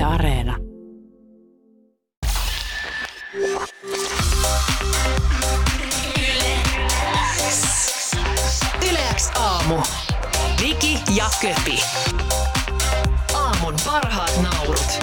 Yle Areena. Yle Aamu. Viki ja Köpi. Aamun parhaat naurut.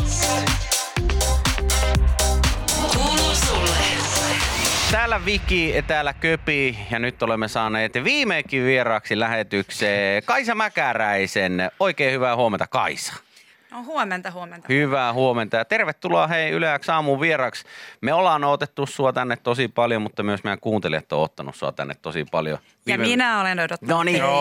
Kuuluu sulle. Täällä Viki, täällä Köpi ja nyt olemme saaneet viimeinkin vieraaksi lähetykseen Kaisa Mäkäräisen. Oikein hyvää huomenta, Kaisa. No huomenta. Hyvää huomenta ja tervetuloa hei Yle X aamun vieraaksi. Me ollaan otettu sua tänne tosi paljon, mutta myös meidän kuuntelijat on ottanut sua tänne tosi paljon. Ja minä olen odottanut. No niin,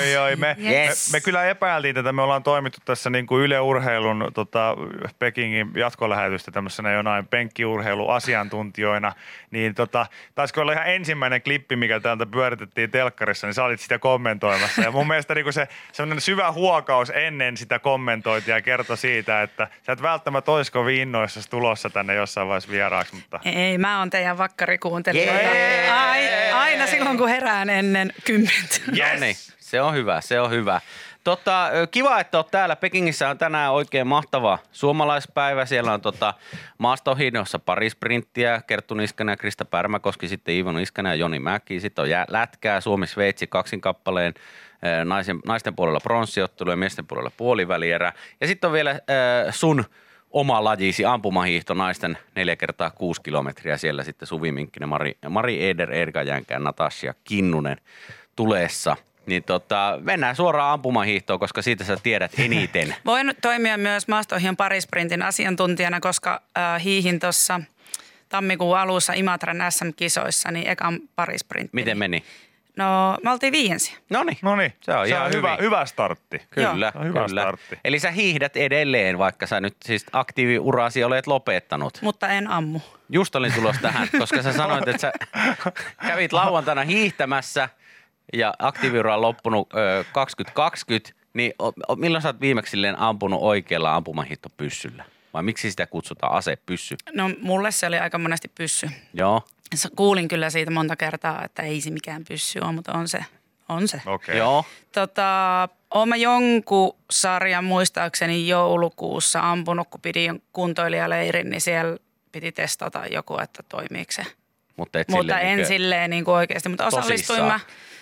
Me kyllä epäiltiin tätä. Me ollaan toimittu tässä niin kuin Yle Urheilun Pekingin jatkolähetystä tämmöisenä jonain penkkiurheiluasiantuntijoina. Niin taisiko olla ihan ensimmäinen klippi, mikä täältä pyöritettiin telkkarissa, niin sä olit sitä kommentoimassa. Ja mun mielestä niin kuin se semmoinen syvä huokaus ennen sitä kommentoitia kertoi siitä, että sä et välttämättä olis kovin innoissasi tulossa tänne jossain vaiheessa vieraaksi. Mutta... Ei, mä oon teidän vakkarikuuntelijoita. Aina silloin, kun herään ennen 10. Yes. No niin, se on hyvä. Kiva, että oot täällä. Pekingissä on tänään oikein mahtava suomalaispäivä. Siellä on maastohidossa pari sprinttiä, Kerttu Niskanen ja Krista Pärmäkoski, sitten Iivo Niskanen ja Joni Mäki. Sitten on lätkää, Suomi-Sveitsi kaksinkappaleen, naisten puolella pronssiottelu ja miesten puolella puolivälierä. Ja sitten on vielä sun oma lajisi ampumahiihto naisten 4x6 kilometriä. Siellä sitten Suvi Minkkinen, Mari Eder, Erika Jänkään, Natasja Kinnunen tuleessa. Niin mennään suoraan ampumahiihtoon, koska siitä sä tiedät eniten. Voin toimia myös maastohion parisprintin asiantuntijana, koska hiihin tuossa tammikuun alussa Imatran SM-kisoissa, niin ekan parisprintti. Miten meni? No, me oltiin viiensiä. Noniin, se on ihan hyvä startti. Kyllä, hyvä startti. Eli sä hiihdät edelleen, vaikka sä nyt siis aktiiviurasi olet lopettanut. Mutta en ammu. Just olin tulossa tähän, koska sä sanoit, että sä kävit lauantaina hiihtämässä ja aktiiviura on loppunut 2020, niin milloin sä oot viimeksi silleen ampunut oikealla ampumahiihtopyssyllä? Vai miksi sitä kutsutaan asepyssy? No mulle se oli aika monesti pyssy. Joo. Kuulin kyllä siitä monta kertaa, että ei se mikään pyssy ole, mutta on se. Okay. Joo. Oon mä jonkun sarjan muistaakseni joulukuussa ampunut, kun pidi kuntoilijaleirin, niin siellä piti testata joku, että toimiiko se. Mutta en silleen niin kuin oikeasti, mutta osallistuin mä,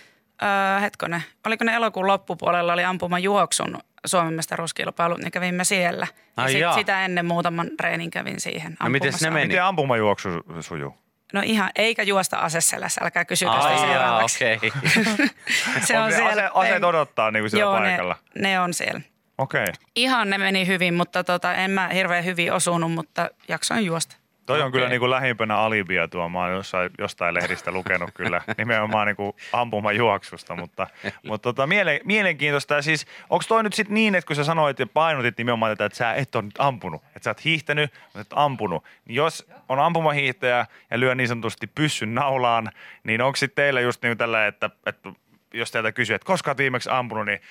oliko ne elokuun loppupuolella, oli ampumajuoksun Suomen mestaruuskilpailut, niin kävimme siellä. Ja sitä ennen muutaman treenin kävin siihen ampumassa. No miten ne meni? Miten ampumajuoksu sujuu? No ihan, eikä juosta aseselässä, älkää kysy tästä seuraavaksi. Okei. Se on siellä. Aseet odottaa niin kuin siellä paikalla? Ne on siellä. Okei. Ihan ne meni hyvin, mutta en mä hirveän hyvin osunut, mutta jaksoin juosta. Toi on kyllä niin kuin lähimpänä alibia tuo. Mä oon jostain lehdistä lukenut kyllä nimenomaan niin kuin ampumajuoksusta, mutta mielenkiintoista. Ja siis onko toi nyt sitten niin, että kun sä sanoit ja painotit nimenomaan tätä, että sä et ole nyt ampunut, että sä oot hiihtänyt, mutta et ampunut. Niin jos on ampumahiihtäjä ja lyö niin sanotusti pyssyn naulaan, niin onko sitten teillä just niin tällä, että jos teiltä kysyy, että koska oot viimeksi ampunut, niin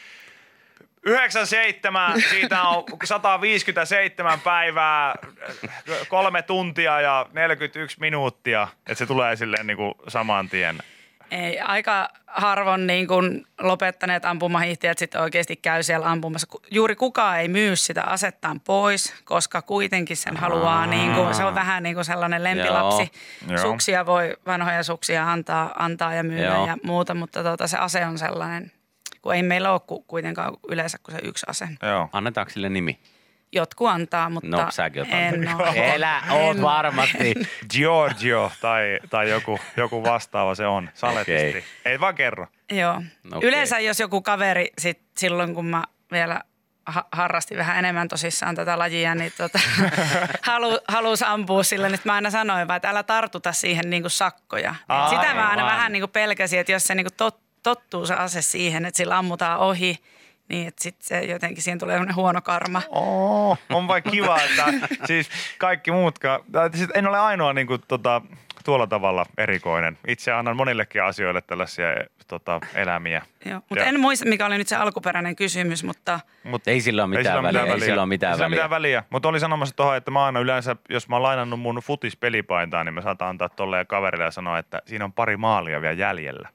97, siitä on 157 päivää, 3 tuntia ja 41 minuuttia, että se tulee silleen niin kuin saman tien. Ei, aika harvoin niin kuin lopettaneet ampumahiihtäjät sitten oikeasti käy siellä ampumassa. Juuri kukaan ei myy sitä asettaan pois, koska kuitenkin sen haluaa, niin kuin, se on vähän niin kuin sellainen lempilapsi. Joo. Suksia vanhoja suksia antaa ja myydä ja muuta, mutta se ase on sellainen. Kun ei meillä ole kuitenkaan yleensä kuin se yksi ase. Joo. Annetaanko sille nimi? Jotkut antaa, mutta no, säkin en ole. Elä, oot varmasti. Giorgio tai joku vastaava se on, saletisti. Okay. Ei vaan kerro. Joo. Okay. Yleensä jos joku kaveri silloin, kun mä vielä harrastin vähän enemmän tosissaan tätä lajia, niin halusi ampua sillä, niin mä aina sanoin vaan, että älä tartuta siihen niin kuin sakkoja. Sitä mä aina vähän niin kuin pelkäsin, että jos se niin kuin tottuu se ase siihen, että sillä ammutaan ohi, niin että sitten se jotenkin siihen tulee huono karma. On vai kiva, että siis kaikki muutkaan, en ole ainoa niin kuin, tuolla tavalla erikoinen. Itse annan monillekin asioille tällaisia elämiä. Joo, mutta en muista, mikä oli nyt se alkuperäinen kysymys, mutta ei sillä ole mitään väliä. Mutta oli sanomassa tuohon, että mä aina yleensä, jos mä oon lainannut mun futispelipaitaa, niin mä saatan antaa tolleen kaverille ja sanoa, että siinä on pari maalia vielä jäljellä.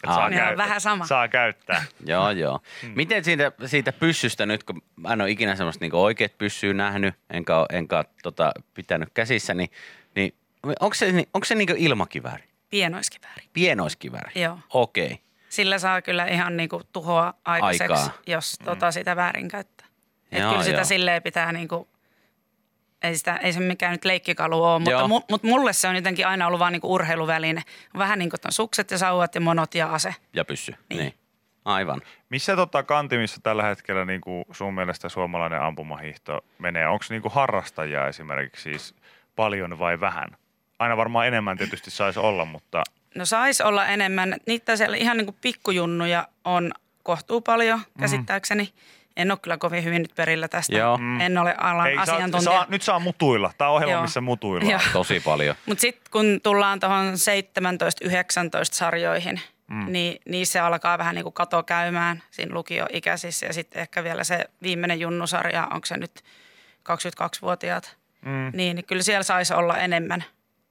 Että saa, on vähän sama. saa käyttää. Joo. Miten siitä pyssystä nyt, kun mä en ole ikinä semmoista niinku oikeat pyssyä nähnyt, enkä pitänyt käsissä, niin onko se niinku ilmakivääri? Pienoiskivääri. Pienoiskivääri? Joo. Okei. Sillä saa kyllä ihan niinku tuhoa aikaiseksi, jos sitä väärinkäyttää. Että kyllä sitä silleen pitää niinku, ei se mikään nyt leikkikalu ole, mutta mulle se on jotenkin aina ollut vaan niinku urheiluväline. Vähän niin kuin sukset ja sauvat ja monot ja ase. Ja pyssy, niin. Aivan. Missä kantimissa tällä hetkellä niinku sun mielestä suomalainen ampumahiihto menee? Onko niinku harrastajia esimerkiksi siis paljon vai vähän? Aina varmaan enemmän tietysti saisi olla, mutta... No saisi olla enemmän. Niitä siellä ihan niin kuin pikkujunnuja on kohtuu paljon käsittääkseni. En ole kyllä kovin hyvin nyt perillä tästä. En ole alan asiantuntija. Nyt saa mutuilla. Tämä on ohjelma, missä mutuillaan. Tosi paljon. Mutta sitten kun tullaan tuohon 17-19 sarjoihin, niin niissä alkaa vähän niin kuin kato käymään siinä lukioikäisissä. Ja sitten ehkä vielä se viimeinen junnusarja, onko se nyt 22-vuotiaat, niin kyllä siellä saisi olla enemmän.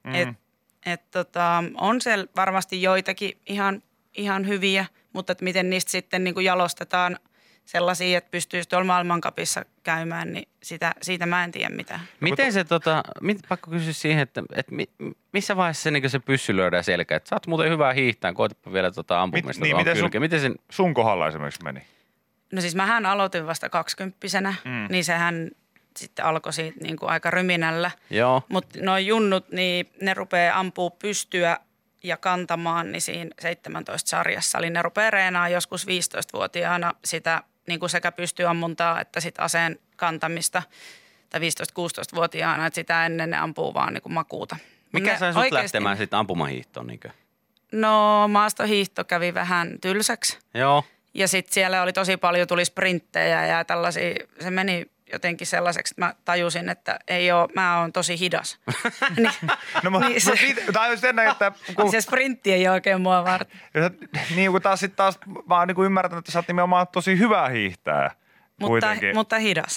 On siellä varmasti joitakin ihan hyviä, mutta että miten niistä sitten niin kuin jalostetaan sellaisia, että pystyisi tuolla maailmankapissa käymään, niin siitä mä en tiedä mitään. Miten se, pakko kysyä siihen, että missä vaiheessa se pyssy lyödään selkä? Että sä oot muuten hyvää hiihtää, koetapa vielä ampumista miten sun kohdalla esimerkiksi meni? No siis mähän aloitin vasta 20-vuotiaana, niin sehän sitten alkoi siitä niin kuin aika ryminällä. Joo. Mutta nuo junnut, niin ne rupeaa ampuu pystyä ja kantamaan niin siinä 17 sarjassa. Eli ne rupeaa reenaamaan joskus 15-vuotiaana sitä niin kuin sekä pystyammuntaa että sitten aseen kantamista. Tai 15-16-vuotiaana, että sitä ennen ne ampuu vaan niin kuin makuuta. Mikä sai sut lähtemään sitten ampumahiihtoon? Niinkö? No maastohiihto kävi vähän tylsäksi. Joo. Ja sitten siellä oli tosi paljon, tuli sprinttejä ja tällaisia, se meni jotenkin sellaiseksi, että mä tajusin, että mä oon tosi hidas. Tämä on sen, että... Se sprintti ei oikein mua varten. Niin kun taas mä oon niin ymmärtänyt, että sä oot nimenomaan tosi hyvää hiihtää. Mutta hidas.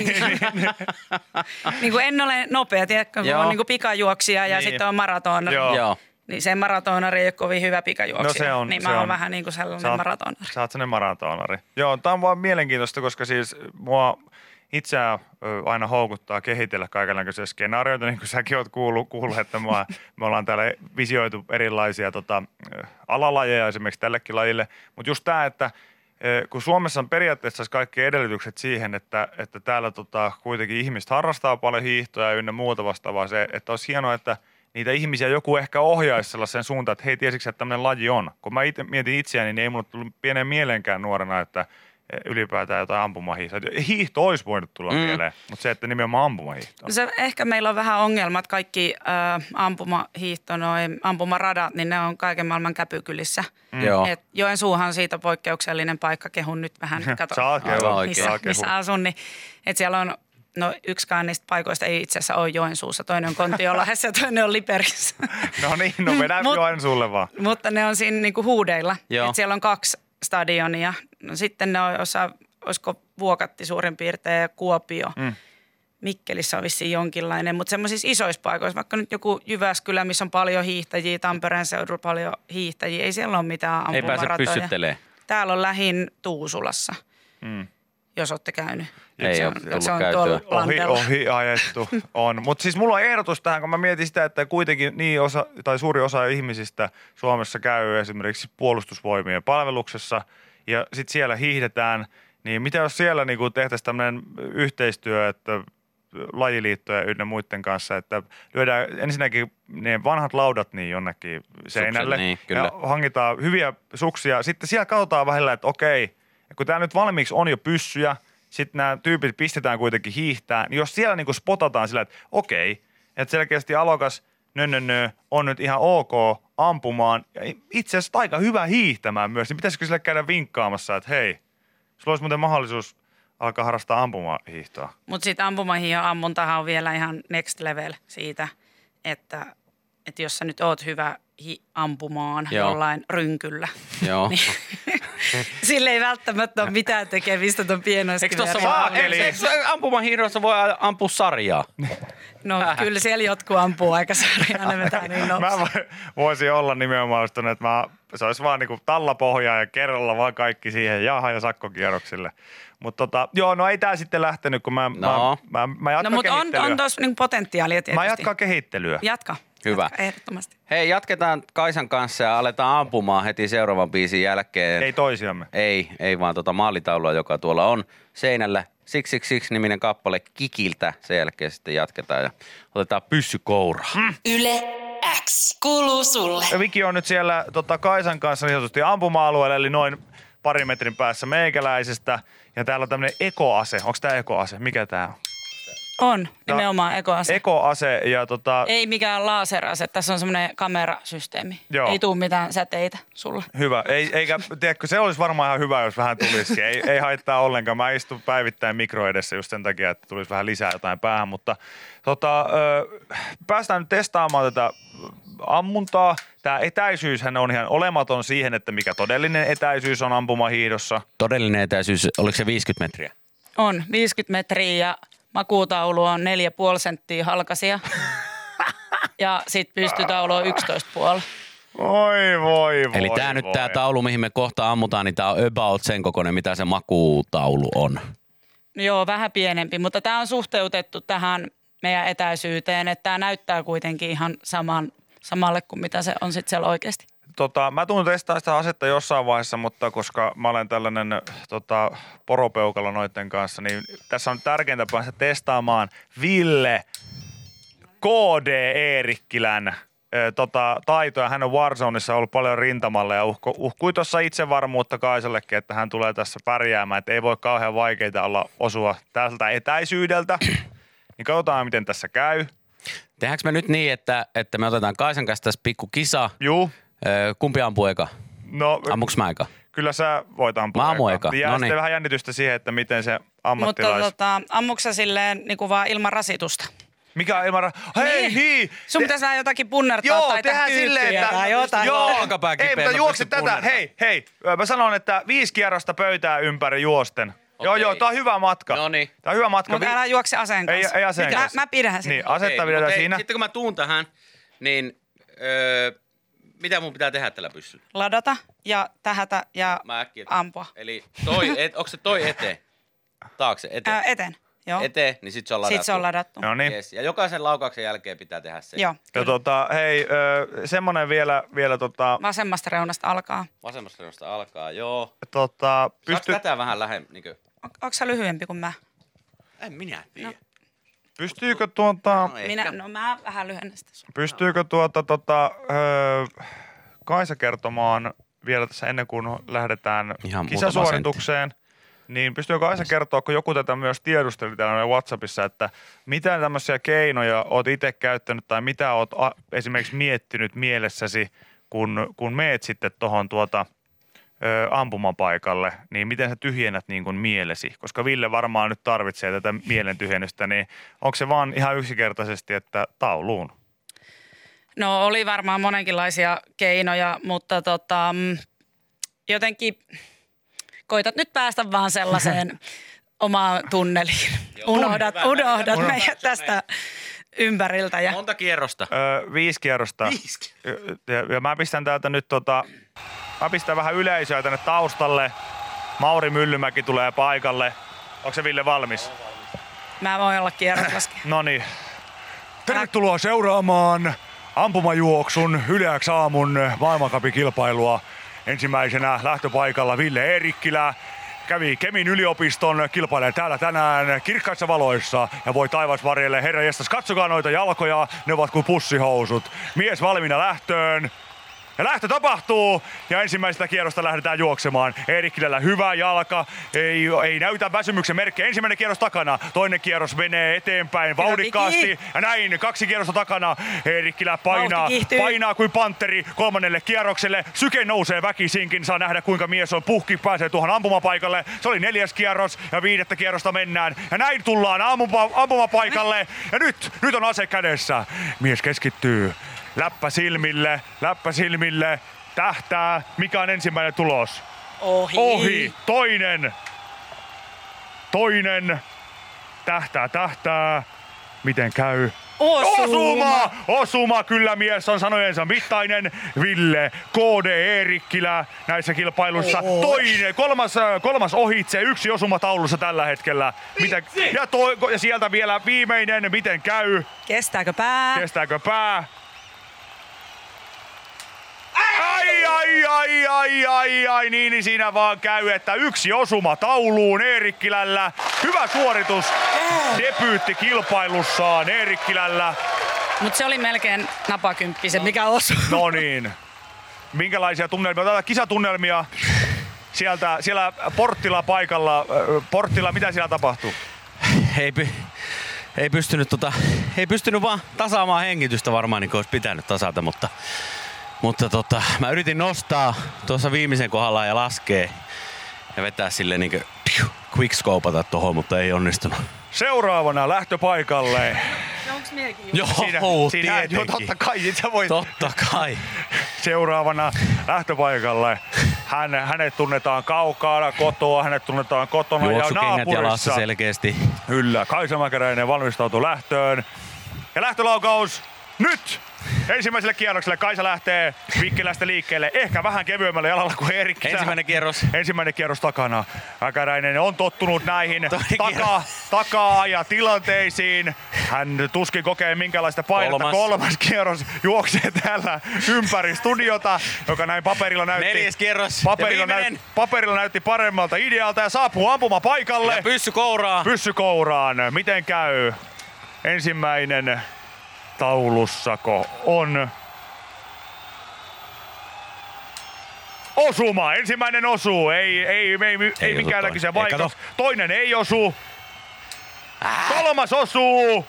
Niin kuin en ole nopea, tiedätkö, kun on niin kuin pikajuoksija ja sitten on maratonari. Joo. Niin se maratonari ei ole kovin hyvä pikajuoksija. No niin mä oon vähän niin kuin sellainen maratonari. Sä oot sellainen maratonari. Joo, tää on vaan mielenkiintoista, koska siis mua itseään aina houkuttaa kehitellä kaikenlaisia skenaarioita, niin kuin säkin oot kuullut että me ollaan täällä visioitu erilaisia alalajeja esimerkiksi tällekin lajille. Mutta just tämä, että kun Suomessa on periaatteessa kaikki edellytykset siihen, että täällä kuitenkin ihmiset harrastaa paljon hiihtoja ynnä muuta vastaavaa, se, että olisi hienoa, että niitä ihmisiä joku ehkä ohjaisi sellaisen suuntaan, että hei, tiesitkö, että tämmöinen laji on. Kun mä mietin itseäni, niin ei mulle tullut pienen mieleenkään nuorena, että ylipäätään jotain ampumahiihtoa. Hiihto olisi voinut tulla mieleen, mutta se, että nimenomaan ampumahiihto. No se, ehkä meillä on vähän ongelmat, kaikki ampumahiihto, ampumaradat, niin ne on kaiken maailman käpykylissä. Et Joensuuhan on siitä poikkeuksellinen paikka, kehun nyt vähän, kato, missä asun, niin että siellä on, no yksikään niistä paikoista ei itse asiassa ole Joensuussa, toinen on Kontiolahdessa ja toinen on Liperissä. No niin, vedään Joensuulle vaan. Mutta ne on siinä niinku huudeilla, että siellä on 2 stadionia. No sitten ne on olisiko Vuokatti suurin piirtein ja Kuopio. Mikkelissä on vissiin jonkinlainen, mutta semmoisissa isoissa paikoissa, vaikka nyt joku Jyväskylä, missä on paljon hiihtäjiä, Tampereen seudulla paljon hiihtäjiä, ei siellä ole mitään ampumaratoja. Ei pääse pyssyttelemään. Täällä on lähin Tuusulassa, jos olette käynyt. Ei ole tullut käytyä. Ohi ajettu on. Mutta siis mulla on ehdotus tähän, kun mä mietin sitä, että kuitenkin suuri osa ihmisistä Suomessa käy esimerkiksi puolustusvoimien palveluksessa ja sitten siellä hiihdetään, niin mitä jos siellä niinku tehtäisiin tämmöinen yhteistyö, että lajiliittoja ynnä muiden kanssa, että lyödään ensinnäkin ne vanhat laudat niin jonnekin seinälle ja hankitaan hyviä suksia. Sitten siellä katsotaan vähillä, että okei, kun tää nyt valmiiksi on jo pyssyjä, sitten nämä tyypit pistetään kuitenkin hiihtää, niin jos siellä niinku spotataan sillä, että okei, että selkeästi alokas on nyt ihan ok ampumaan ja itse asiassa aika hyvä hiihtämään myös, niin pitäisikö sille käydä vinkkaamassa, että hei, sulla olisi muuten mahdollisuus alkaa harrastaa ampumahiihtoa. Mutta sitten ampumahiihdon ammuntahan on vielä ihan next level siitä, että jos sä nyt oot hyvä ampumaan jollain rynkyllä, Sille ei välttämättä ole mitään tekemistä ton pienoiskiverin. Eikö tuossa vaan ampumahiirossa voi ampua sarjaa? No kyllä siellä jotkut ampuu aika sarjaa, ne vetää niin Mä voisin olla nimenomaan että se olisi vaan niinku tallapohjaa ja kerralla vaan kaikki siihen jaha ja sakkokierroksille. Mutta joo, no ei tää sitten lähtenyt, kun mä jatkan mutta kehittelyä. on tuossa niinku potentiaalia tietysti. Mä jatkan kehittelyä. Jatka. Hyvä. Jatka, ehdottomasti. Hei, jatketaan Kaisan kanssa ja aletaan ampumaan heti seuraavan biisin jälkeen. Ei toisiamme. Ei vaan maalitaulua, joka tuolla on seinällä. 666 niminen kappale Kikiltä. Sen jälkeen sitten jatketaan ja otetaan pyssy kouraa. Yle X kuuluu sulle. Viki on nyt siellä Kaisan kanssa niin sanotusti ampuma-alueella, eli noin parin metrin päässä meikäläisestä. Ja täällä on tämmönen ekoase. Onko tää ekoase? Mikä tää on? On, nimenomaan ekoase. Ekoase ja Ei mikään laserase, tässä on semmoinen kamerasysteemi. Joo. Ei tule mitään säteitä sulle. hyvä. Eikä, tiedätkö, se olisi varmaan ihan hyvä, jos vähän tulisikin. Ei haittaa ollenkaan. Mä istun päivittäin mikro edessä just sen takia, että tulisi vähän lisää jotain päähän. Mutta päästään nyt testaamaan tätä ammuntaa. Tämä etäisyyshän on ihan olematon siihen, että mikä todellinen etäisyys on ampumahiihdossa. Todellinen etäisyys, oliko se 50 metriä? On 50 metriä ja makuutaulu on 4,5 senttiä halkasia. Ja sitten pystytaulu on 11,5. Voi. Eli tämä taulu, mihin me kohta ammutaan, niin tämä on about sen kokoinen, mitä se makuutaulu on. No joo, vähän pienempi, mutta tämä on suhteutettu tähän meidän etäisyyteen, että tämä näyttää kuitenkin ihan samalle kuin mitä se on sitten siellä oikeasti. Mä tuun testaamaan sitä asetta jossain vaiheessa, mutta koska mä olen tällainen poropeukalo noitten kanssa, niin tässä on tärkeintä päästä testaamaan Ville KD Eerikkilän taitoja. Hän on Warzoneissa ollut paljon rintamalla ja uhkui tuossa itsevarmuutta Kaisallekin, että hän tulee tässä pärjäämään, että ei voi kauhean vaikeita olla osua tältä etäisyydeltä. Niin katsotaan, miten tässä käy. Tehdäänkö me nyt niin, että me otetaan Kaisan kanssa tässä pikku kisa? Juu. Kumpi ampuu eka? No, ammuks mä eka? Kyllä sä voit ampua. Mä ammun eka. Jää sitten vähän jännitystä siihen, että miten se ammattilais... Mutta ammuks sä silleen niin vaan ilman rasitusta? Mikä on ilman... Hei, niin! Sun pitäisi vähän jotakin punnertaa tai tehdä silleen, että... tai jotain. Joo, olkapääkipeä, ei, mutta juokse tätä. punnertaa. Hei. Mä sanon, että 5 kierrosta pöytää ympäri juosten. Okei. Joo, tää on hyvä matka. Noniin. Tää on hyvä matka. Mutta älä juokse aseen kanssa. Ei aseen kanssa. Mä pidän sen. Niin, asetta pidetään siinä. Sitten kun mä tuun tähän, niin mitä mun pitää tehdä tällä pyssyllä? Ladata ja tähätä ja Mä äkkiä. ampua. Eli onko se toi eteen? Taakse, eteen? Eteen, joo. Eteen, niin sit se on ladattu. Sitten se on ladattu. No niin. Yes. Ja jokaisen laukauksen jälkeen pitää tehdä se. Joo. Ja hei, semmonen vielä Vasemmasta reunasta alkaa. Vasemmasta reunasta alkaa, joo. pysty... Saanko tätä vähän lähemmin? Niin Onko sä lyhyempi kuin mä? en minä tiedä. Pystyykö Mä vähän lyhennän sitä sun. Pystyykö Kaisa kertomaan vielä tässä ennen kuin lähdetään Ihan kisasuoritukseen, niin pystyykö Kaisa kertoa, kun joku tätä myös tiedusteli täällä WhatsAppissa, että mitä tämmöisiä keinoja oot itse käyttänyt tai mitä oot esimerkiksi miettinyt mielessäsi, kun meet sitten tuohon ampumapaikalle, niin miten sä tyhjennät niin kuin mielesi? Koska Ville varmaan nyt tarvitsee tätä mielen tyhjennystä, niin onko se vaan ihan yksinkertaisesti, että tauluun? No oli varmaan monenkinlaisia keinoja, mutta jotenkin koitat nyt päästä vaan sellaiseen omaan tunneliin. Unohdat meidät tästä ympäriltä. Ja... Monta kierrosta? 5 kierrosta. 5 ja mä pistän täältä nyt mä pistän vähän yleisöä tänne taustalle. Mauri Myllymäki tulee paikalle. Onko se Ville valmis? Mä voin olla kierroklaskin. Noniin. Tervetuloa seuraamaan ampumajuoksun Yle X aamun maailmancupin-kilpailua. Ensimmäisenä lähtöpaikalla Ville Eerikkilä. Kävi Kemin yliopiston, kilpailee täällä tänään kirkkaissa valoissa ja voi taivasvarjelle. Herra jestas, katsokaa noita jalkoja, ne ovat kuin pussihousut. Mies valmiina lähtöön. Ja lähtö tapahtuu ja ensimmäisestä kierrosta lähdetään juoksemaan. Eerikkilällä hyvä jalka, ei näytä väsymyksen merkkejä. Ensimmäinen kierros takana, toinen kierros menee eteenpäin vauhdikkaasti. Ja näin, 2 kierrosta takana. Eerikkilä painaa kuin pantteri 3. kierrokselle. Syke nousee väkisinkin, saa nähdä kuinka mies on puhki, pääsee tuohon ampumapaikalle. Se oli 4. kierros ja 5. kierrosta mennään. Ja näin tullaan ampumapaikalle. Ja nyt on ase kädessä. Mies keskittyy. Läppä silmille, tähtää. Mikä on ensimmäinen tulos? Ohi. Toinen. Tähtää. Miten käy? Osuma, kyllä mies on sanojensa mittainen. Ville KD Eerikkilä näissä kilpailuissa. Kolmas ohitse, 1 osuma taulussa tällä hetkellä. Ja sieltä vielä viimeinen, miten käy? Kestääkö pää? Ai, niin siinä vaan käy, että 1 osuma tauluun Eerikkilällä. Hyvä suoritus debyytti kilpailussaan Eerikkilällä. Mut se oli melkein napakymppisen, mikä osui. No niin. Minkälaisia tunnelmia? Otetaan kisatunnelmia siellä Porttila paikalla. Porttila, mitä siellä tapahtuu? Ei pystynyt vaan tasaamaan hengitystä varmaan niin kuin olisi pitänyt tasata, mutta mä yritin nostaa tuossa viimeisen kohdalla ja laskee ja vetää silleen niinkö quickscopata tohon, mutta ei onnistunut. Seuraavana lähtöpaikalle. Onks miekin? Joo, siinä jo totta kai, sä voit. Totta kai. Seuraavana lähtöpaikalle. Hänet tunnetaan kaukaa kotoa, hänet tunnetaan kotona ja naapurissa. Jalassa selkeästi. Kyllä, Kaisa Mäkäräinen valmistautuu lähtöön. Ja lähtölaukaus nyt! Ensimmäiselle kierrokselle Kaisa lähtee Vikkelästä liikkeelle. Ehkä vähän kevyemmällä jalalla kuin Eerikki. Ensimmäinen kierros takana. Mäkäräinen on tottunut näihin takaa ja tilanteisiin. Hän tuskin kokee minkälaista painetta. Kolmas kierros juoksee täällä ympäri studiota, joka näin paperilla näytti. 4. kierros. Paperilla näytti paremmalta idealta ja saapuu ampuma paikalle. Ja pyssy kouraan. Miten käy? Ensimmäinen taulussako on osuma. Ensimmäinen osuu. Ei mikään näköisiä vaikeus. Toinen ei osu. Kolmas osuu.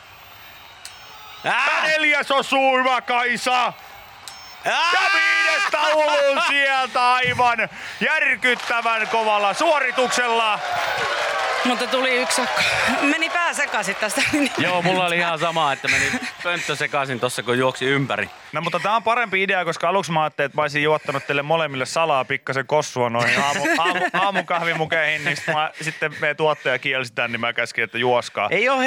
Ja 4. osuu, hyvä Kaisa. Ja 5. taulun sieltä aivan järkyttävän kovalla suorituksella. Mutta tuli 1 sakko. Meni pää sekaisin tästä. Joo, mulla oli ihan sama, että meni pönttö sekaisin tossa, kun juoksi ympäri. No mutta tää on parempi idea, koska aluksi mä ajattelin, että mä olisin juottanut teille molemmille salaa pikkasen kossua noihin aamukahvimukeihin, niin sitten meidän tuottaja kielsi tän, niin mä käskin, että juoskaa. Ei oo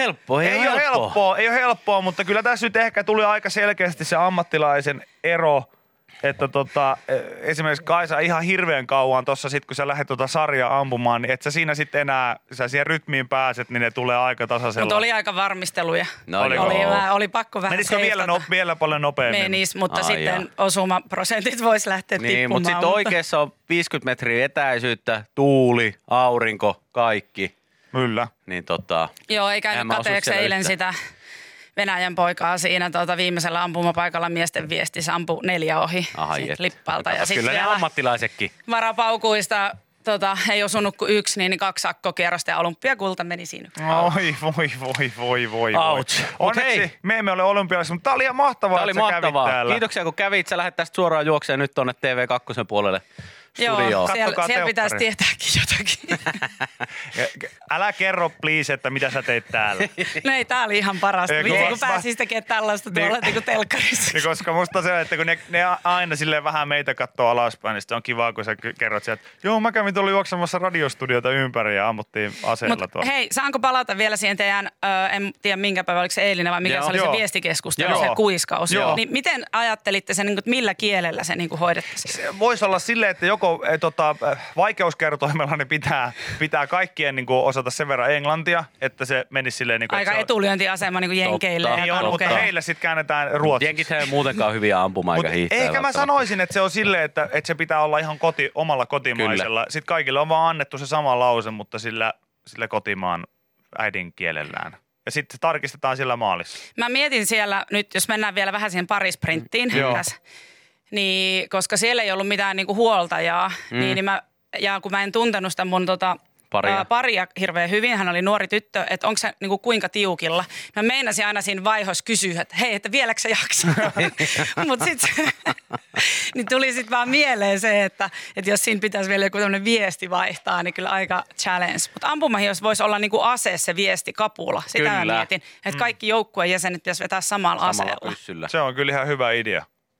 helppoa, mutta kyllä tässä nyt ehkä tuli aika selkeästi se ammattilaisen ero. Että esimerkiksi Kaisa ihan hirveän kauan tossa sit, kun sä lähdet sarjaa ampumaan, niin et sä siinä sitten enää, sä siihen rytmiin pääset, niin ne tulee aika tasaisella. Mutta oli aika varmisteluja. No oli pakko vähän menisikö vielä paljon nopeammin? Menis, mutta sitten osumaprosentit vois lähteä tippumaan. Niin, mutta sitten oikeassa on 50 metriä etäisyyttä, tuuli, aurinko, kaikki. Kyllä. Niin Joo, ei käynyt kateeksi eilen sitä Venäjän poikaa siinä viimeisellä ampumapaikalla miesten viestissä ampui 4 ohi lippalta. Ja kyllä ne ammattilaisetkin. Varapaukuista ei osunut kuin 1, niin 2 sakkokierrosta ja olympiakulta meni siinä. Voi. Ouch. Onneksi me emme ole olympialaisissa, mutta tää oli ihan mahtavaa, että sä kävit täällä. Kiitoksia kun kävit. Sä lähdet tästä suoraan juokseen nyt tonne TV2 puolelle. Joo, siellä pitäisi tietääkin jotakin. Älä kerro please, että mitä sä teit täällä. No ei, tää oli ihan parasta. Vitsi, kun pääsis tekemään tällaista tuolla niin kuin telkkarissa. Niin, koska musta se, että kun ne aina silleen vähän meitä kattoo alaspäin, niin sitten on kivaa, kun sä kerrot sieltä, että joo, mä kävin tuolla juoksemassa radiostudiota ympäri ja ammuttiin aseella tuolla. Hei, saanko palata vielä siihen teidän, en tiedä minkä päivä, oliko se eilinen vai mikä se oli se viestikeskustelu, se kuiskaus. Niin miten ajattelitte sen, niin kuin, millä kielellä se niin kuin hoidettaisiin? Voisi olla silleen, että joko vaikeuskertoimella ne pitää kaikkien niin kuin osata sen verran englantia, että se menisi silleen niin kuin, aika etulyöntiasema niin kuin jenkeille. Niin on, mutta heille sitten käännetään ruotsiksi. Jenkit ei muutenkaan hyviä ampumaan eikä hiihtää. Ehkä mä sanoisin, että se on silleen, että se pitää olla ihan omalla kotimaisella. Kyllä. Sitten kaikille on vaan annettu se sama lause, mutta sillä kotimaan äidinkielellään. Ja sitten tarkistetaan sillä maalissa. Mä mietin siellä nyt, jos mennään vielä vähän siihen parisprinttiin tässä. Niin, koska siellä ei ollut mitään niinku huoltajaa, niin kun mä en tuntenut sitä mun paria hirveän hyvin, hän oli nuori tyttö, että onko se niinku kuinka tiukilla. Mä meinasin aina siinä vaiheessa kysyä, että hei, että vieläkö sä jaksaa? Mutta sitten niin tuli sitten vaan mieleen se, että jos siinä pitäisi vielä joku tämmöinen viesti vaihtaa, niin kyllä aika challenge. Mutta ampumahiossa voisi olla niinku ase se viesti kapula. Sitä kyllä. Mä mietin, että kaikki joukkueen jäsenet pitäisi vetää samalla aseella. Pyssyllä. Se on kyllä ihan hyvä idea.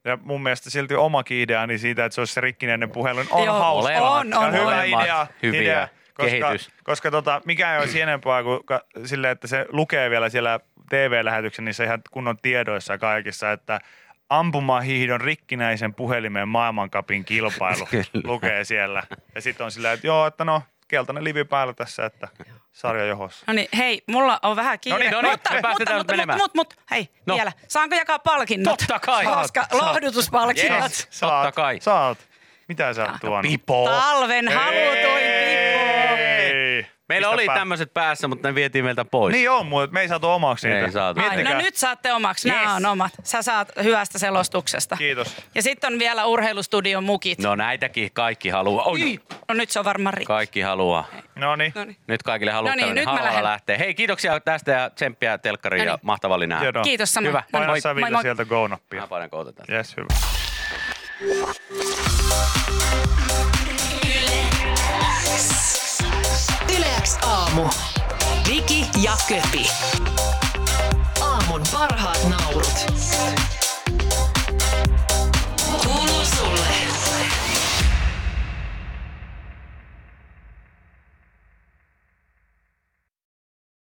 Ja mun mielestä silti omakin ideani siitä, että se olisi se rikkinäinen puhelu, on Joo, hauska. on. Ja hyvä Molemmat idea. hyviä. Kehitys. Koska mikä ei olisi enempää kuin silleen, että se lukee vielä siellä TV-lähetyksen niissä ihan kunnon tiedoissa kaikissa, että ampumahiihdon rikkinäisen puhelimen maailmancupin kilpailu lukee siellä. Ja sitten on silleen, että joo, että no, keltainen livi päällä tässä, että sarja johossa. No niin, hei, mulla on vähän kiire. No niin, me päästetään nyt menemään. Hei, No. vielä. Saanko jakaa palkinnot? Totta kai. Koska lohdutuspalkinnot. Yes. Totta kai. Saat. Mitä sä oot tuonut? Pipo. Talven halutuin pipo. Ei. Meillä oli tämmöiset päässä, mutta ne vietiin meiltä pois. Niin on, mutta me ei saatu omaksi niitä. Ei saatu. Ai, Miettikää. no nyt saatte omaksi. Nämä Yes. on omat. Sä saat hyvästä selostuksesta. Kiitos. Ja sitten on vielä urheilustudion mukit. No näitäkin kaikki haluaa. Oi. No nyt se on varmaan rikki. Kaikki haluaa. No niin. Noniin. Nyt kaikille No niin, halutaan, nyt mä halvalla lähden. lähtee. Hei, kiitoksia tästä ja tsemppiä telkkariin No ja niin. mahtava oli nähdä. Hienoa. Kiitos samoin. Hyvä. No niin, Paina sä Ville moi. sieltä go-nappia. Mä painan kouta tästä. Jes, hyvä. Yle X aamu. Viki ja Köpi. Aamun parhaat naurut.